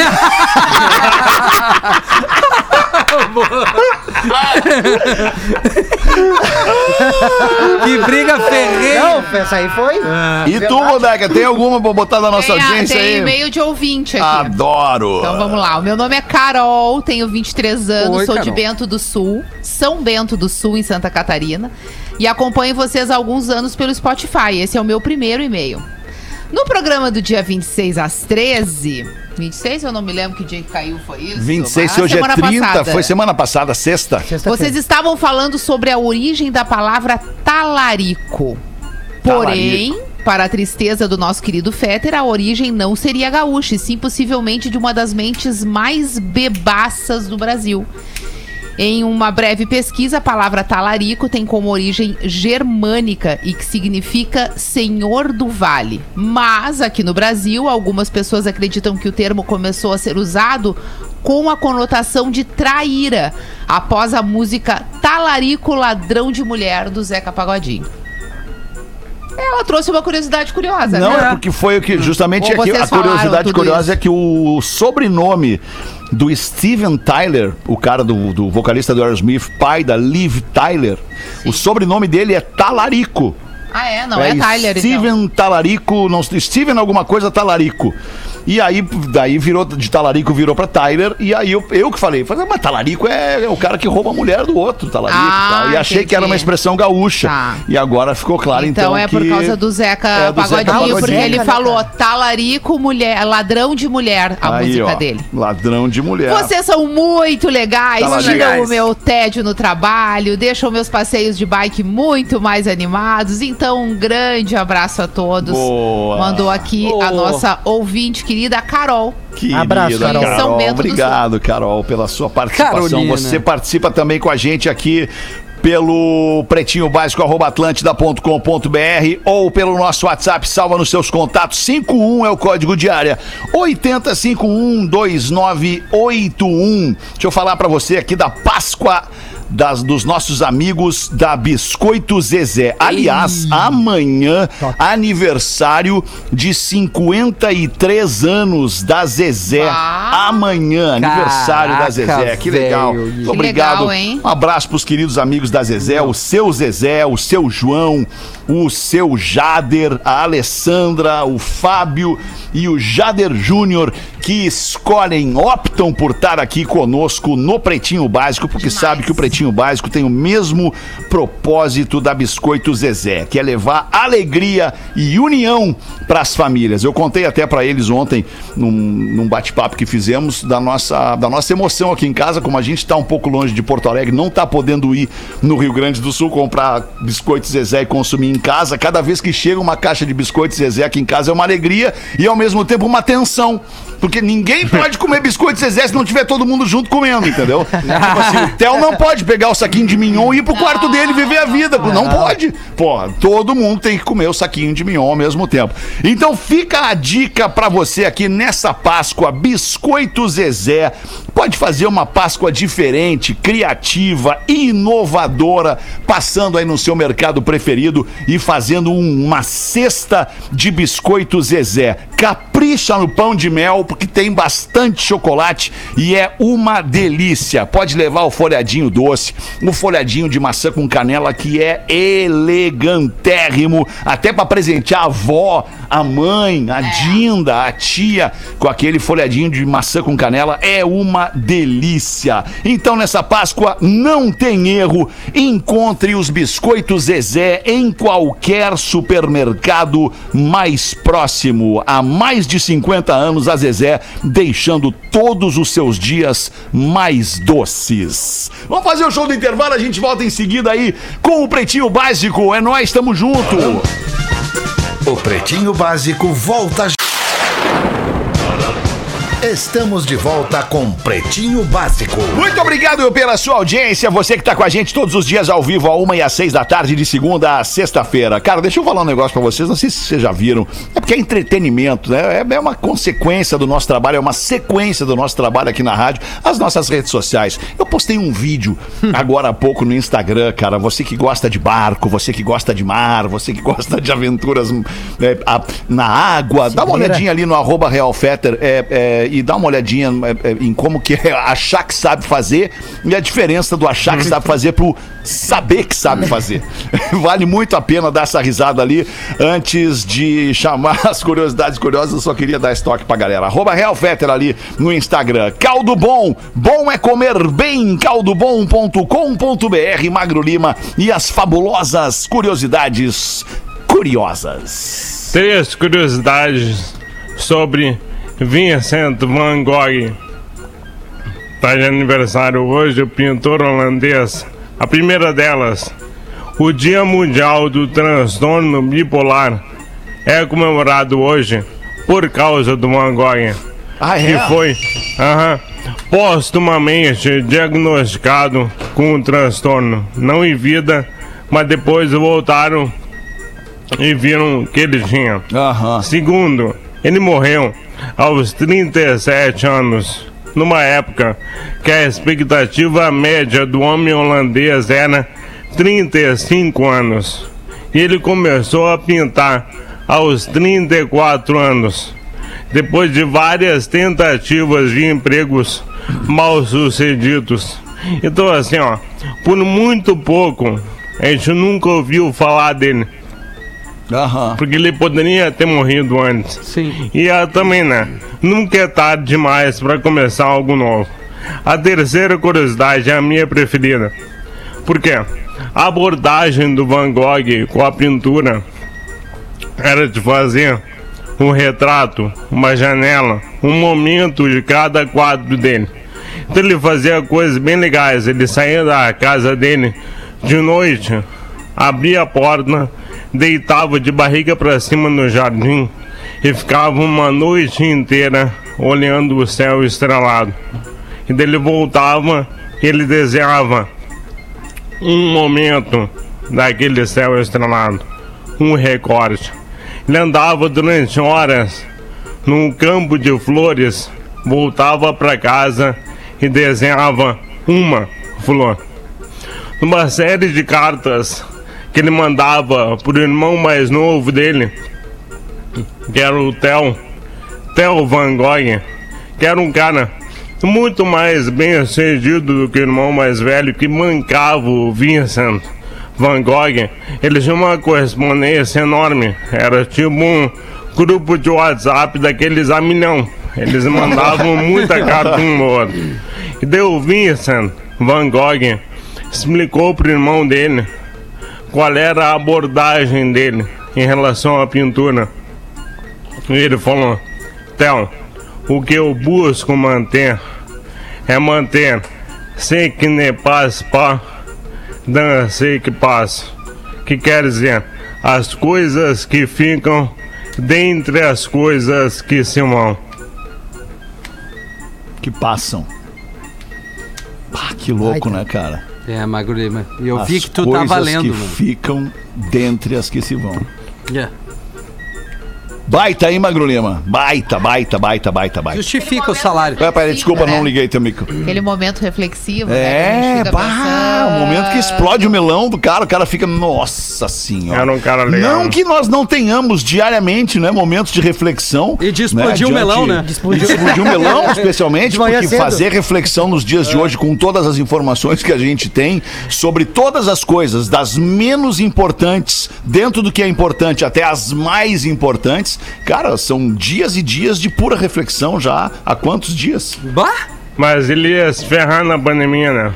Que briga ferreira. Não, essa aí foi... E tu, Rodaica, tem alguma pra botar na nossa audiência aí? Tem e-mail de ouvinte aqui. Adoro. Então vamos lá. O meu nome é Carol, tenho 23 anos, Oi, sou Carol. de Bento do Sul, São Bento do Sul, em Santa Catarina. E acompanho vocês há alguns anos pelo Spotify. Esse é o meu primeiro e-mail. No programa do dia 26 às 13... 26, eu não me lembro que dia que caiu, foi isso? 26, Mas se hoje é semana 30, passada. foi semana passada, sexta. Vocês estavam falando sobre a origem da palavra talarico. Porém, para a tristeza do nosso querido Fetter, a origem não seria gaúcha, e sim possivelmente de uma das mentes mais bebaças do Brasil. Em uma breve pesquisa, a palavra talarico tem como origem germânica e que significa senhor do vale. Mas, aqui no Brasil, algumas pessoas acreditam que o termo começou a ser usado com a conotação de traíra, após a música Talarico Ladrão de Mulher, do Zeca Pagodinho. Ela trouxe uma curiosidade curiosa, Não, né? é porque foi o que justamente Ou aqui, vocês a curiosidade falaram tudo curiosa isso? é que o sobrenome do Steven Tyler, o cara do vocalista do Aerosmith, pai da Liv Tyler, o sobrenome dele é Talarico. Ah, é? Não é Tyler, Steven então. Talarico, não, Steven alguma coisa Talarico. E aí, daí virou, de Talarico virou pra Tyler, e aí eu que falei, mas Talarico é o cara que rouba a mulher do outro, Talarico e tal. E achei que era uma expressão gaúcha. Tá. E agora ficou claro, então, é que... por causa do Zeca do Zeca Pagodinho, porque Pagodinho. ele falou talarico, mulher, ladrão de mulher, a Aí, música ó, dele. Ladrão de mulher. Vocês são muito legais, Tá tiram legais. o meu tédio no trabalho, deixam meus passeios de bike muito mais animados. Então, um grande abraço a todos. Boa. Mandou aqui a Boa. nossa ouvinte querida, Carol. Querida Abraço, Carol. Em São Bento do Obrigado, Carol, pela sua participação. Carolina. Você participa também com a gente aqui pelo pretinhobásico@atlantida.com.br ou pelo nosso WhatsApp, salva nos seus contatos, 51 é o código de área, 80512981. Deixa eu falar pra você aqui da Páscoa dos nossos amigos da Biscoito Zezé. Aliás, amanhã, aniversário de 53 anos da Zezé. Ah. Amanhã, aniversário da Zezé. Que legal. velho. Muito Que obrigado. legal, hein? Um abraço pros queridos amigos da Zezé, o seu Zezé, o seu João, o seu Jader, a Alessandra, o Fábio e o Jader Júnior, que optam por estar aqui conosco no Pretinho Básico, porque sabe que o Pretinho Pretinho Básico tem o mesmo propósito da Biscoito Zezé, que é levar alegria e união para as famílias. Eu contei até para eles ontem, num bate-papo que fizemos, da nossa emoção aqui em casa, como a gente está um pouco longe de Porto Alegre, não está podendo ir no Rio Grande do Sul comprar Biscoito Zezé e consumir em casa. Cada vez que chega uma caixa de Biscoito Zezé aqui em casa é uma alegria e ao mesmo tempo uma tensão, porque ninguém pode comer Biscoito Zezé se não tiver todo mundo junto comendo, entendeu? Tipo assim, o Theo não pode pegar o saquinho de mignon e ir pro quarto dele e viver a vida, não pode. Pô, todo mundo tem que comer o saquinho de mignon ao mesmo tempo. Então fica a dica pra você aqui nessa Páscoa, Biscoito Zezé. Pode fazer uma Páscoa diferente, criativa, inovadora, passando aí no seu mercado preferido e fazendo uma cesta de Biscoito Zezé. Capricha no pão de mel, porque tem bastante chocolate e é uma delícia. Pode levar o folhadinho doce, o folhadinho de maçã com canela, que é elegantérrimo, até para presentear a avó, a mãe, a Dinda, a tia, com aquele folhadinho de maçã com canela, é uma delícia. Então nessa Páscoa não tem erro, encontre os Biscoitos Zezé em qualquer supermercado mais próximo. Há mais de 50 anos a Zezé, deixando todos os seus dias mais doces. Vamos fazer o show do intervalo, a gente volta em seguida aí com o Pretinho Básico. É nóis, tamo junto. O Pretinho Básico volta. Estamos de volta com Pretinho Básico. Muito obrigado pela sua audiência, você que tá com a gente todos os dias ao vivo, à 1 e às 6 da tarde, de segunda a sexta-feira. Cara, deixa eu falar um negócio pra vocês, não sei se vocês já viram, é porque é entretenimento, né? É uma consequência do nosso trabalho, é uma sequência do nosso trabalho aqui na rádio, as nossas redes sociais. Eu postei um vídeo agora há pouco no Instagram, cara, você que gosta de barco, você que gosta de mar, você que gosta de aventuras na água, dá uma olhadinha ali no @realfetter, e dá uma olhadinha em como que é achar que sabe fazer e a diferença do achar que sabe fazer pro saber que sabe fazer. Vale muito a pena dar essa risada ali. Antes de chamar as curiosidades curiosas, eu só queria dar estoque pra galera. @realfetter ali no Instagram. Caldo Bom, bom é comer bem, caldobom.com.br, Magro Lima e as fabulosas curiosidades curiosas. 3 curiosidades sobre Vincent van Gogh. Está de aniversário hoje o pintor holandês. A primeira delas, o Dia Mundial do Transtorno Bipolar é comemorado hoje por causa do Van Gogh, que foi postumamente diagnosticado com o transtorno, não em vida, mas depois voltaram e viram que ele tinha. Segundo, ele morreu aos 37 anos, numa época que a expectativa média do homem holandês era 35 anos. E ele começou a pintar aos 34 anos, depois de várias tentativas de empregos mal sucedidos. Então assim, por muito pouco, a gente nunca ouviu falar dele. Porque ele poderia ter morrido antes. Sim. E também, né? Nunca é tarde demais para começar algo novo. A terceira curiosidade é a minha preferida. Porque a abordagem do Van Gogh com a pintura era de fazer um retrato, uma janela, um momento de cada quadro dele. Então ele fazia coisas bem legais. Ele saía da casa dele de noite, abria a porta, deitava de barriga para cima no jardim e ficava uma noite inteira olhando o céu estrelado. E daí ele voltava e ele desenhava um momento daquele céu estrelado, um recorte. Ele andava durante horas num campo de flores, voltava para casa e desenhava uma flor. Numa série de cartas que ele mandava pro irmão mais novo dele, que era o Theo Van Gogh, que era um cara muito mais bem sucedido do que o irmão mais velho, que mancava o Vincent Van Gogh. Eles tinham uma correspondência enorme, era tipo um grupo de WhatsApp daqueles a milhão. Eles mandavam muita carta um no outro. E daí o Vincent Van Gogh explicou pro irmão dele qual era a abordagem dele em relação à pintura. E ele falou: Theo, o que eu busco manter é manter sei que ne paz pá, dan sei que paz. Que quer dizer, as coisas que ficam dentre as coisas que se vão. Que passam. Ah, que louco, né, cara? É, Magro Lima. E eu As vi que tu tá valendo, que mano. ficam dentre as que se vão. É. Baita aí, Magro Lima. Baita. Justifica o salário. Peraí, desculpa, né? não liguei teu micro. Aquele momento reflexivo, né? que a É, gente fica pensando. o momento que explode o melão do cara, o cara fica, nossa senhora. Era um cara legal. Não que nós não tenhamos diariamente, né, momentos de reflexão. E de explodir o melão, né? De explodir o melão, especialmente, De manhã porque cedo. fazer reflexão nos dias de hoje, com todas as informações que a gente tem, sobre todas as coisas, das menos importantes, dentro do que é importante, até as mais importantes, cara, são dias e dias de pura reflexão já. Há quantos dias? Bah! Mas ele ia se ferrar na pandemia, né?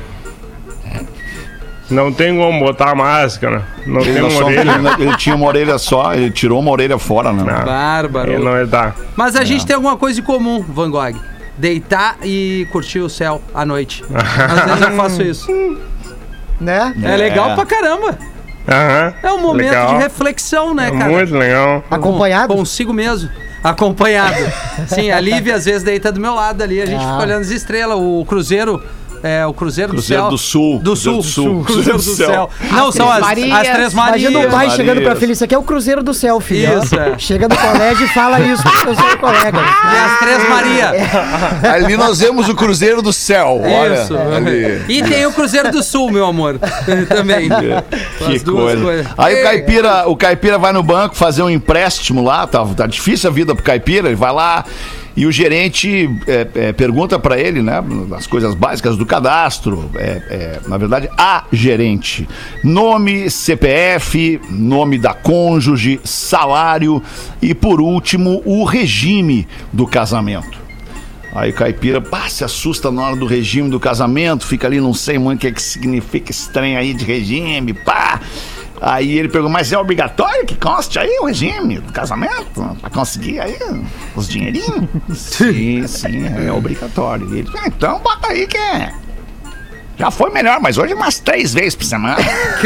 Não tem como botar máscara, não tem uma orelha. Ele tinha uma orelha só, ele tirou uma orelha fora, né? Não. Bárbaro. Ele não ia dar. Mas a gente tem alguma coisa em comum, Van Gogh. Deitar e curtir o céu à noite. Às vezes eu faço isso. Né? É legal pra caramba. Aham. É um momento Legal. de reflexão, né, É cara? muito legal. Acompanhado? Consigo mesmo. Acompanhado. Sim, a Lívia às vezes deita do meu lado ali, a gente fica olhando as estrelas. O Cruzeiro. É, o Cruzeiro do Céu. do Sul. Do Sul. Sul. Cruzeiro do Céu. Não, são as Três Marias. Imagina o pai Marias. chegando pra filha, isso aqui é o Cruzeiro do Céu, filho. Isso, é. Chega no colégio e fala isso pro seu colega. E as Três Maria. Ali nós vemos o Cruzeiro do Céu. Olha. Isso. Ali. E tem o Cruzeiro do Sul, meu amor. Também. Que As duas coisa. coisas. Aí o caipira vai no banco fazer um empréstimo lá, tá difícil a vida pro caipira, ele vai lá e o gerente pergunta pra ele, né, as coisas básicas do cadastro, na verdade, a gerente. Nome, CPF, nome da cônjuge, salário e, por último, o regime do casamento. Aí o caipira se assusta na hora do regime do casamento, fica ali, não sei muito o que significa esse trem aí de regime, pá. Aí ele pergunta, mas é obrigatório que conste aí o regime do casamento? Pra conseguir aí os dinheirinhos? Sim, é obrigatório. E ele, então bota aí que já foi melhor, mas hoje umas 3 vezes por semana.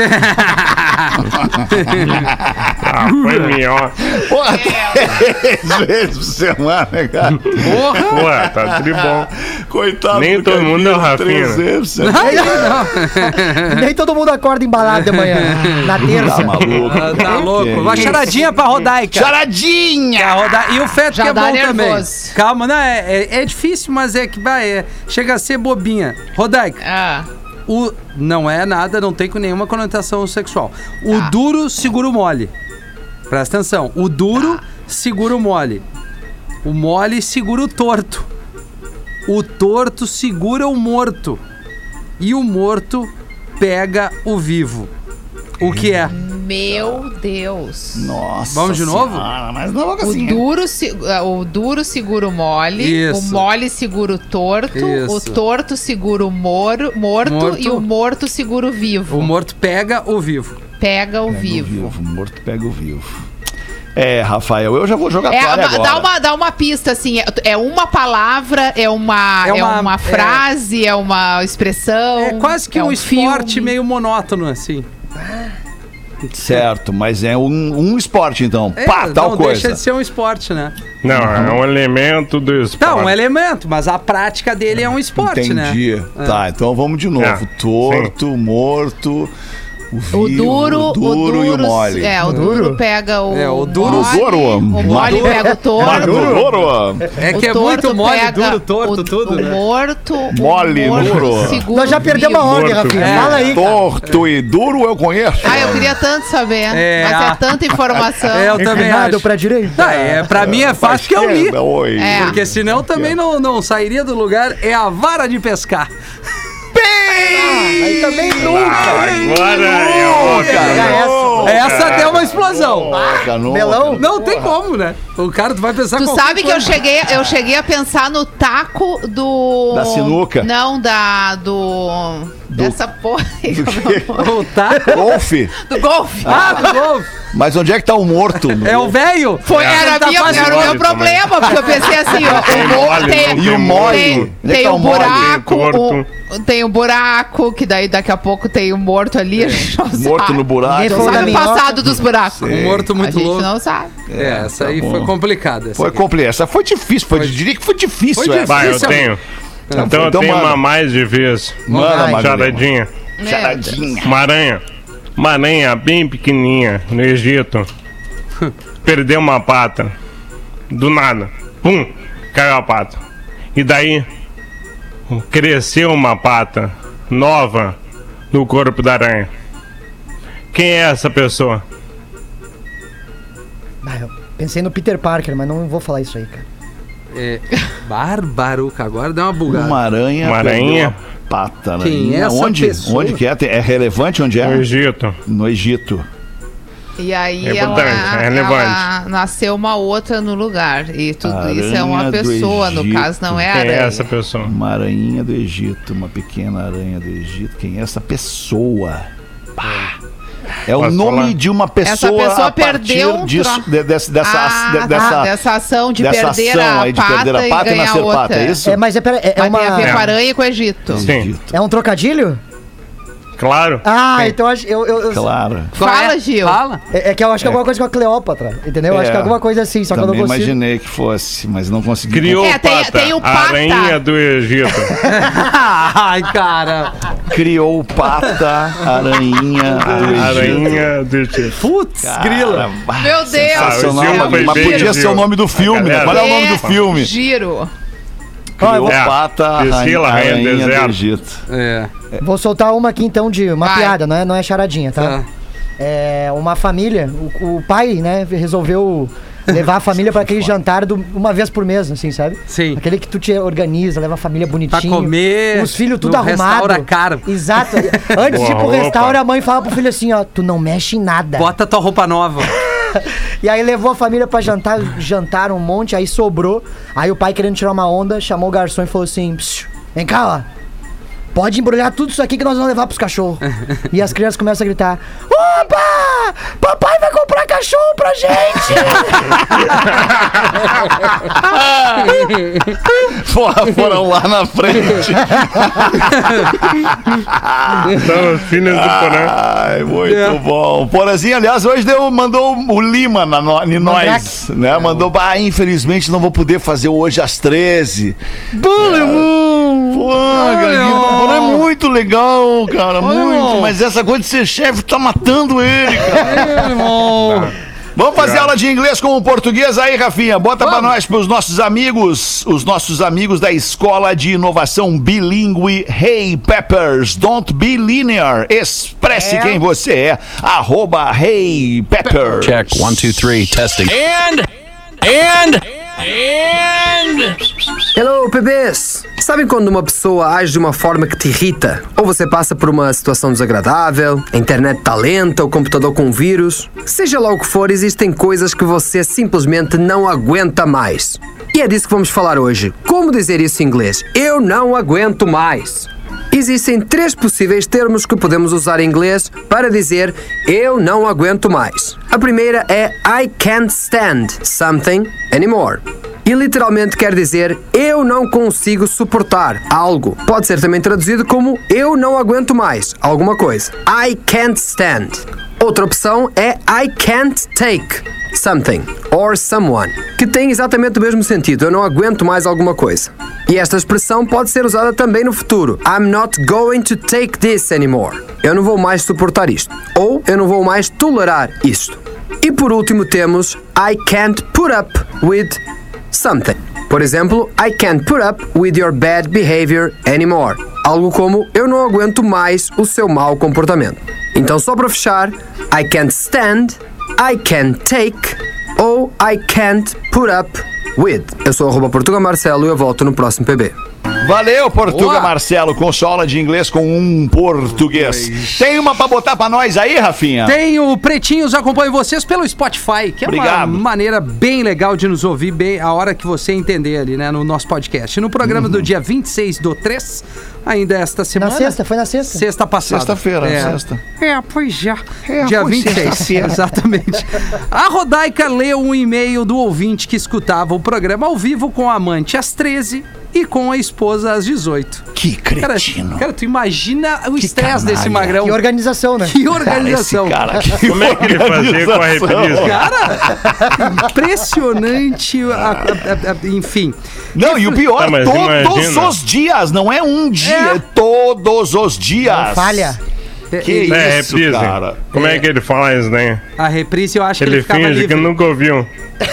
Foi melhor. Porra, 3 vezes por semana, cara. Porra, tá tribom. Coitado. Nem do todo caipira, mundo é o Rafinha. 3 vezes por semana. Nem todo mundo acorda embalado de manhã. Na terça. Tá maluco. Tá louco. Uma charadinha pra Rodaica. Charadinha! E o feto Já que é dá bom nervoso. também. Calma, não, é difícil, mas é que chega a ser bobinha. Rodaica, Ah, não é nada, não tem com nenhuma conotação sexual. O duro segura o mole. Presta atenção. O duro segura o mole. O mole segura o torto. O torto segura o morto. E o morto pega o vivo. O que é? meu Deus. Nossa. Vamos de novo? Senhora, mas não O assim. o duro segura o mole, Isso. o mole segura o torto, Isso. o torto segura o morto e o morto segura o vivo. O morto pega o vivo. Pega o vivo. O morto pega o vivo. É, Rafael, eu já vou jogar toalha agora. Dá uma pista, assim, é uma palavra, é uma frase, é uma expressão. É quase que um esporte meio monótono, assim. Certo, mas é um esporte, então. Pá, tal não coisa. deixa de ser um esporte, né? Não, é um elemento do esporte. Não, um elemento, mas a prática dele é um esporte, né? Entendi. Tá, então vamos de novo. É, Torto, morto, o vivo, O duro e o mole. o duro pega o É, o duro- mole, o mole pega o torto. Maduro. É O que é torto muito mole, pega duro, torto, tudo, o né? morto, Mole, o morto duro. segura Nós já o perdemos a vivo. ordem, Morto. Rafinha. É. Fala aí, cara. Torto e duro eu conheço. Ah, eu queria tanto saber, mas é tanta informação. Eu também Inclinado acho. pra direita. Pra mim é fácil que eu li. Oi. É. Porque senão também não sairia do lugar. É a vara de pescar. Aí também nunca. Agora é Essa deu uma explosão. Melão? Não tem como, né? O cara, tu vai pensar Tu qualquer sabe que coisa. eu cheguei a pensar no taco do... Da sinuca. Não, Dessa porra aí, Voltar. Golfe? do golfe. Do golfe. Mas onde é que tá o morto? É o velho? Era Tá fazendo o meu mole problema, porque eu pensei assim, ó, Tem mole, E o mole? tem Onde é que tá um o mole? buraco, Torto. tem um buraco, que daí daqui a pouco tem um morto ali, a gente não Morto sabe. no buraco. Ninguém Não falou sabe da o minhoca. passado dos buracos. Um morto A muito gente louco. não sabe. Essa aí foi complicada. essa Foi aqui. complicado. Essa foi difícil. Eu diria que foi difícil. Foi essa. Vai, eu Isso é- tenho. Então eu Então tenho manda. uma mais difícil. Manda, Magalhães. Charadinha. Charadinha. Uma aranha. Uma aranha bem pequenininha no Egito. Perdeu uma pata. Do nada. Pum! Caiu a pata. E daí cresceu uma pata nova no corpo da aranha. Quem é essa pessoa? Eu pensei no Peter Parker, mas não vou falar isso aí, cara. Barbaruca, agora deu uma bugada. Uma aranha. Uma perdeu aranha? a pata. Quem é essa onde? pessoa? Onde que é? É relevante onde No é? Egito. No Egito. E aí É importante, é relevante. ela nasceu uma outra no lugar. E tudo isso é uma Aranha do pessoa, no Egito. caso, não é a Quem aranha. é essa pessoa? Uma aranha do Egito. Uma pequena aranha do Egito. Quem é essa pessoa? Pá. É o Posso nome falar? de uma pessoa. Essa pessoa a partir perdeu um disso, dessa dessa ação de dessa perder ação a aí de pata perder a e pata e ganhar nascer outra. pata, é isso? Mas tem a ver com a Tem a ver com a aranha e com o Egito. Sim. Egito. É um trocadilho? Claro. Então eu Claro. Fala, Gil. Fala. é que eu acho que é alguma coisa com a Cleópatra, entendeu? Acho que é alguma coisa assim, só que eu Também não consigo. imaginei que fosse, mas não consegui. Criou tem- pata. tem o pata. Aranha do Egito. Ai, cara. Criou pata, aranha do Egito. Aranha do Egito. Putz, grila. Meu Deus. Sensacional, Esse mas foi bem podia ser giro. o nome do filme, né? Galera. Qual é o nome do filme? Giro. Criou É, pata, Priscila, rainha do aranha do deserto. Egito. É. Vou soltar uma aqui então de uma Vai. piada, não é charadinha, tá? Tá. É uma família, o pai, né, resolveu levar a família para aquele jantar uma vez por mês, assim, sabe? Sim. Aquele que tu te organiza, leva a família bonitinho. Pra comer. Os filhos tudo no arrumado. restaura caro. Exato. Antes de ir pro Boa roupa. restaurante, a mãe fala pro filho assim, ó, tu não mexe em nada. Bota tua roupa nova. E aí levou a família pra jantaram um monte, aí sobrou. Aí o pai, querendo tirar uma onda, chamou o garçom e falou assim, "Psiu, vem cá, ó. Pode embrulhar tudo isso aqui que nós vamos levar pros cachorros." E as crianças começam a gritar, opa! Papai vai comprar cachorro pra gente! Foram lá na frente. São os filhos do Porã. Ai, muito bom. Porazinho, aliás, hoje mandou o Lima em nós, né? Mandou, infelizmente não vou poder fazer hoje às 13. Pô, Porã é muito legal, cara, muito. Mas essa coisa de ser chefe tá matando ele, cara. Vamos fazer aula de inglês com o português aí, Rafinha. Bota pra nós, pros nossos amigos, os nossos amigos da Escola de Inovação Bilíngue Hey Peppers. Don't be linear. Expresse quem você é. @Hey Peppers. Check, 1, 2, 3, testing. Hello, bebês! Sabem quando uma pessoa age de uma forma que te irrita? Ou você passa por uma situação desagradável, a internet está lenta, o computador com vírus? Seja lá o que for, existem coisas que você simplesmente não aguenta mais. E é disso que vamos falar hoje. Como dizer isso em inglês? Eu não aguento mais. Existem 3 possíveis termos que podemos usar em inglês para dizer eu não aguento mais. A primeira é I can't stand something anymore. E literalmente quer dizer eu não consigo suportar algo. Pode ser também traduzido como eu não aguento mais alguma coisa. I can't stand. Outra opção é I can't take something or someone, que tem exatamente o mesmo sentido, eu não aguento mais alguma coisa. E esta expressão pode ser usada também no futuro. I'm not going to take this anymore. Eu não vou mais suportar isto. Ou eu não vou mais tolerar isto. E por último temos I can't put up with something. Por exemplo, I can't put up with your bad behavior anymore. Algo como eu não aguento mais o seu mau comportamento. Então só para fechar, I can't stand, I can't take ou I can't put up with. Eu sou @PortugaMarcelo e eu volto no próximo PB. Valeu, Portuga Boa. Marcelo, com sua aula de inglês com um português. Tem uma pra botar pra nós aí, Rafinha? Tem o Pretinhos, acompanho vocês pelo Spotify, que é Obrigado. uma maneira bem legal de nos ouvir bem a hora que você entender ali, né, no nosso podcast. No programa do dia 26/3, ainda esta semana. Na sexta, foi na sexta. Sexta passada. Sexta-feira, é. sexta. Pois já. É, Dia foi 26. sexta-feira. Exatamente. A Rodaica leu um e-mail do ouvinte que escutava o programa ao vivo com a amante às 13 e com a esposa às 18. Que cretino. Cara, tu imagina o estresse desse canalha. magrão. Que organização, né? Que organização. Como é que ele fazia com a reprise? Cara, impressionante. Enfim. Não, e o pior, Tá, mas todos imagina. os dias, não é um dia, É. é todos os dias. Não falha. Que isso, reprise. cara. Como é que ele fala isso, né? A reprise eu acho que Ele ele ficava finge livre. que nunca ouviu.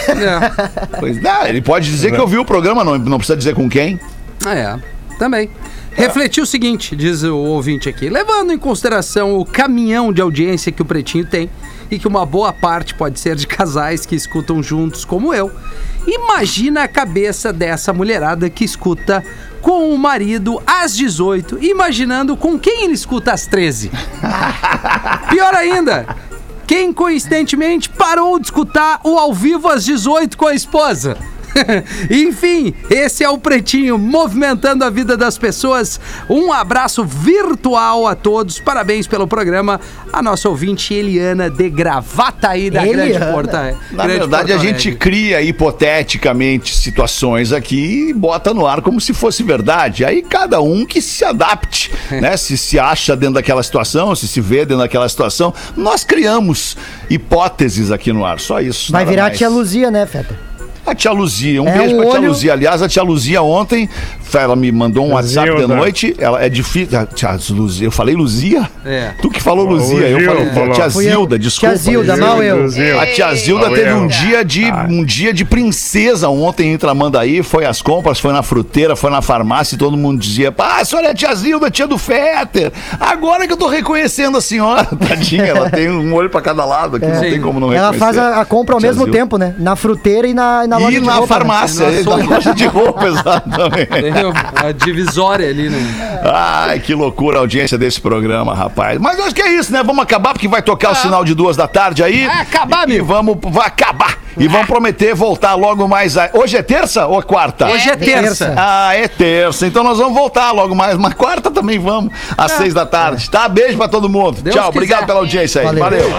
Pois não, ele pode dizer que ouviu o programa, não precisa dizer com quem. Também. Refletiu o seguinte, diz o ouvinte aqui, levando em consideração o caminhão de audiência que o Pretinho tem e que uma boa parte pode ser de casais que escutam juntos como eu, imagina a cabeça dessa mulherada que escuta com o marido às 18, imaginando com quem ele escuta às 13. Pior ainda, quem coincidentemente parou de escutar o ao vivo às 18 com a esposa. Enfim, esse é o Pretinho movimentando a vida das pessoas. Um abraço virtual a todos. Parabéns pelo programa. A nossa ouvinte Eliana de Gravataí da Eliana. Grande Porta. Na verdade, a gente cria hipoteticamente situações aqui e bota no ar como se fosse verdade. Aí cada um que se adapte, né? Se acha dentro daquela situação, se vê dentro daquela situação. Nós criamos hipóteses aqui no ar, só isso. Vai nada virar mais. tia Luzia, né, Feta? A tia Luzia, É beijo um pra tia olho- Luzia. Aliás, a tia Luzia ontem, ela me mandou um WhatsApp de Zilda. noite. Ela é difícil. Tia Luzia, eu falei Luzia? É. Tu que falou O Luzia, eu Gil falei falou. tia Fui eu. Zilda, desculpa. Tia Zilda, mal eu. A tia Zilda Mal teve eu. um dia de princesa ontem em Tramandaí, foi às compras, foi na fruteira, foi na farmácia e todo mundo dizia: pá, a senhora é a tia Zilda, tia do Féter. Agora que eu tô reconhecendo a senhora, tadinha, ela tem um olho pra cada lado aqui, não Sim. tem como não Ela reconhecer. faz a compra ao Tia mesmo Zilda. tempo, né? Na fruteira e na loja E de na roupa, né? farmácia, né? na loja de roupa, exatamente. Entendeu? A divisória ali, né? Ai, que loucura a audiência desse programa, rapaz. Mas acho que é isso, né? Vamos acabar, porque vai tocar o sinal de 2 da tarde aí. Vai acabar, e meu. vai acabar. E vamos prometer voltar logo mais. Hoje é terça ou é quarta? Hoje é terça. Ah, é terça. Então nós vamos voltar logo mais. Mas quarta também vamos, às 6 da tarde. Tá? Beijo pra todo mundo. Deus Tchau, quiser. obrigado pela audiência aí. Valeu. Valeu.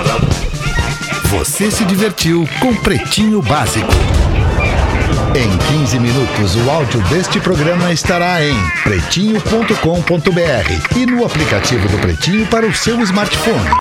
Você se divertiu com Pretinho Básico. Em 15 minutos, o áudio deste programa estará em pretinho.com.br e no aplicativo do Pretinho para o seu smartphone.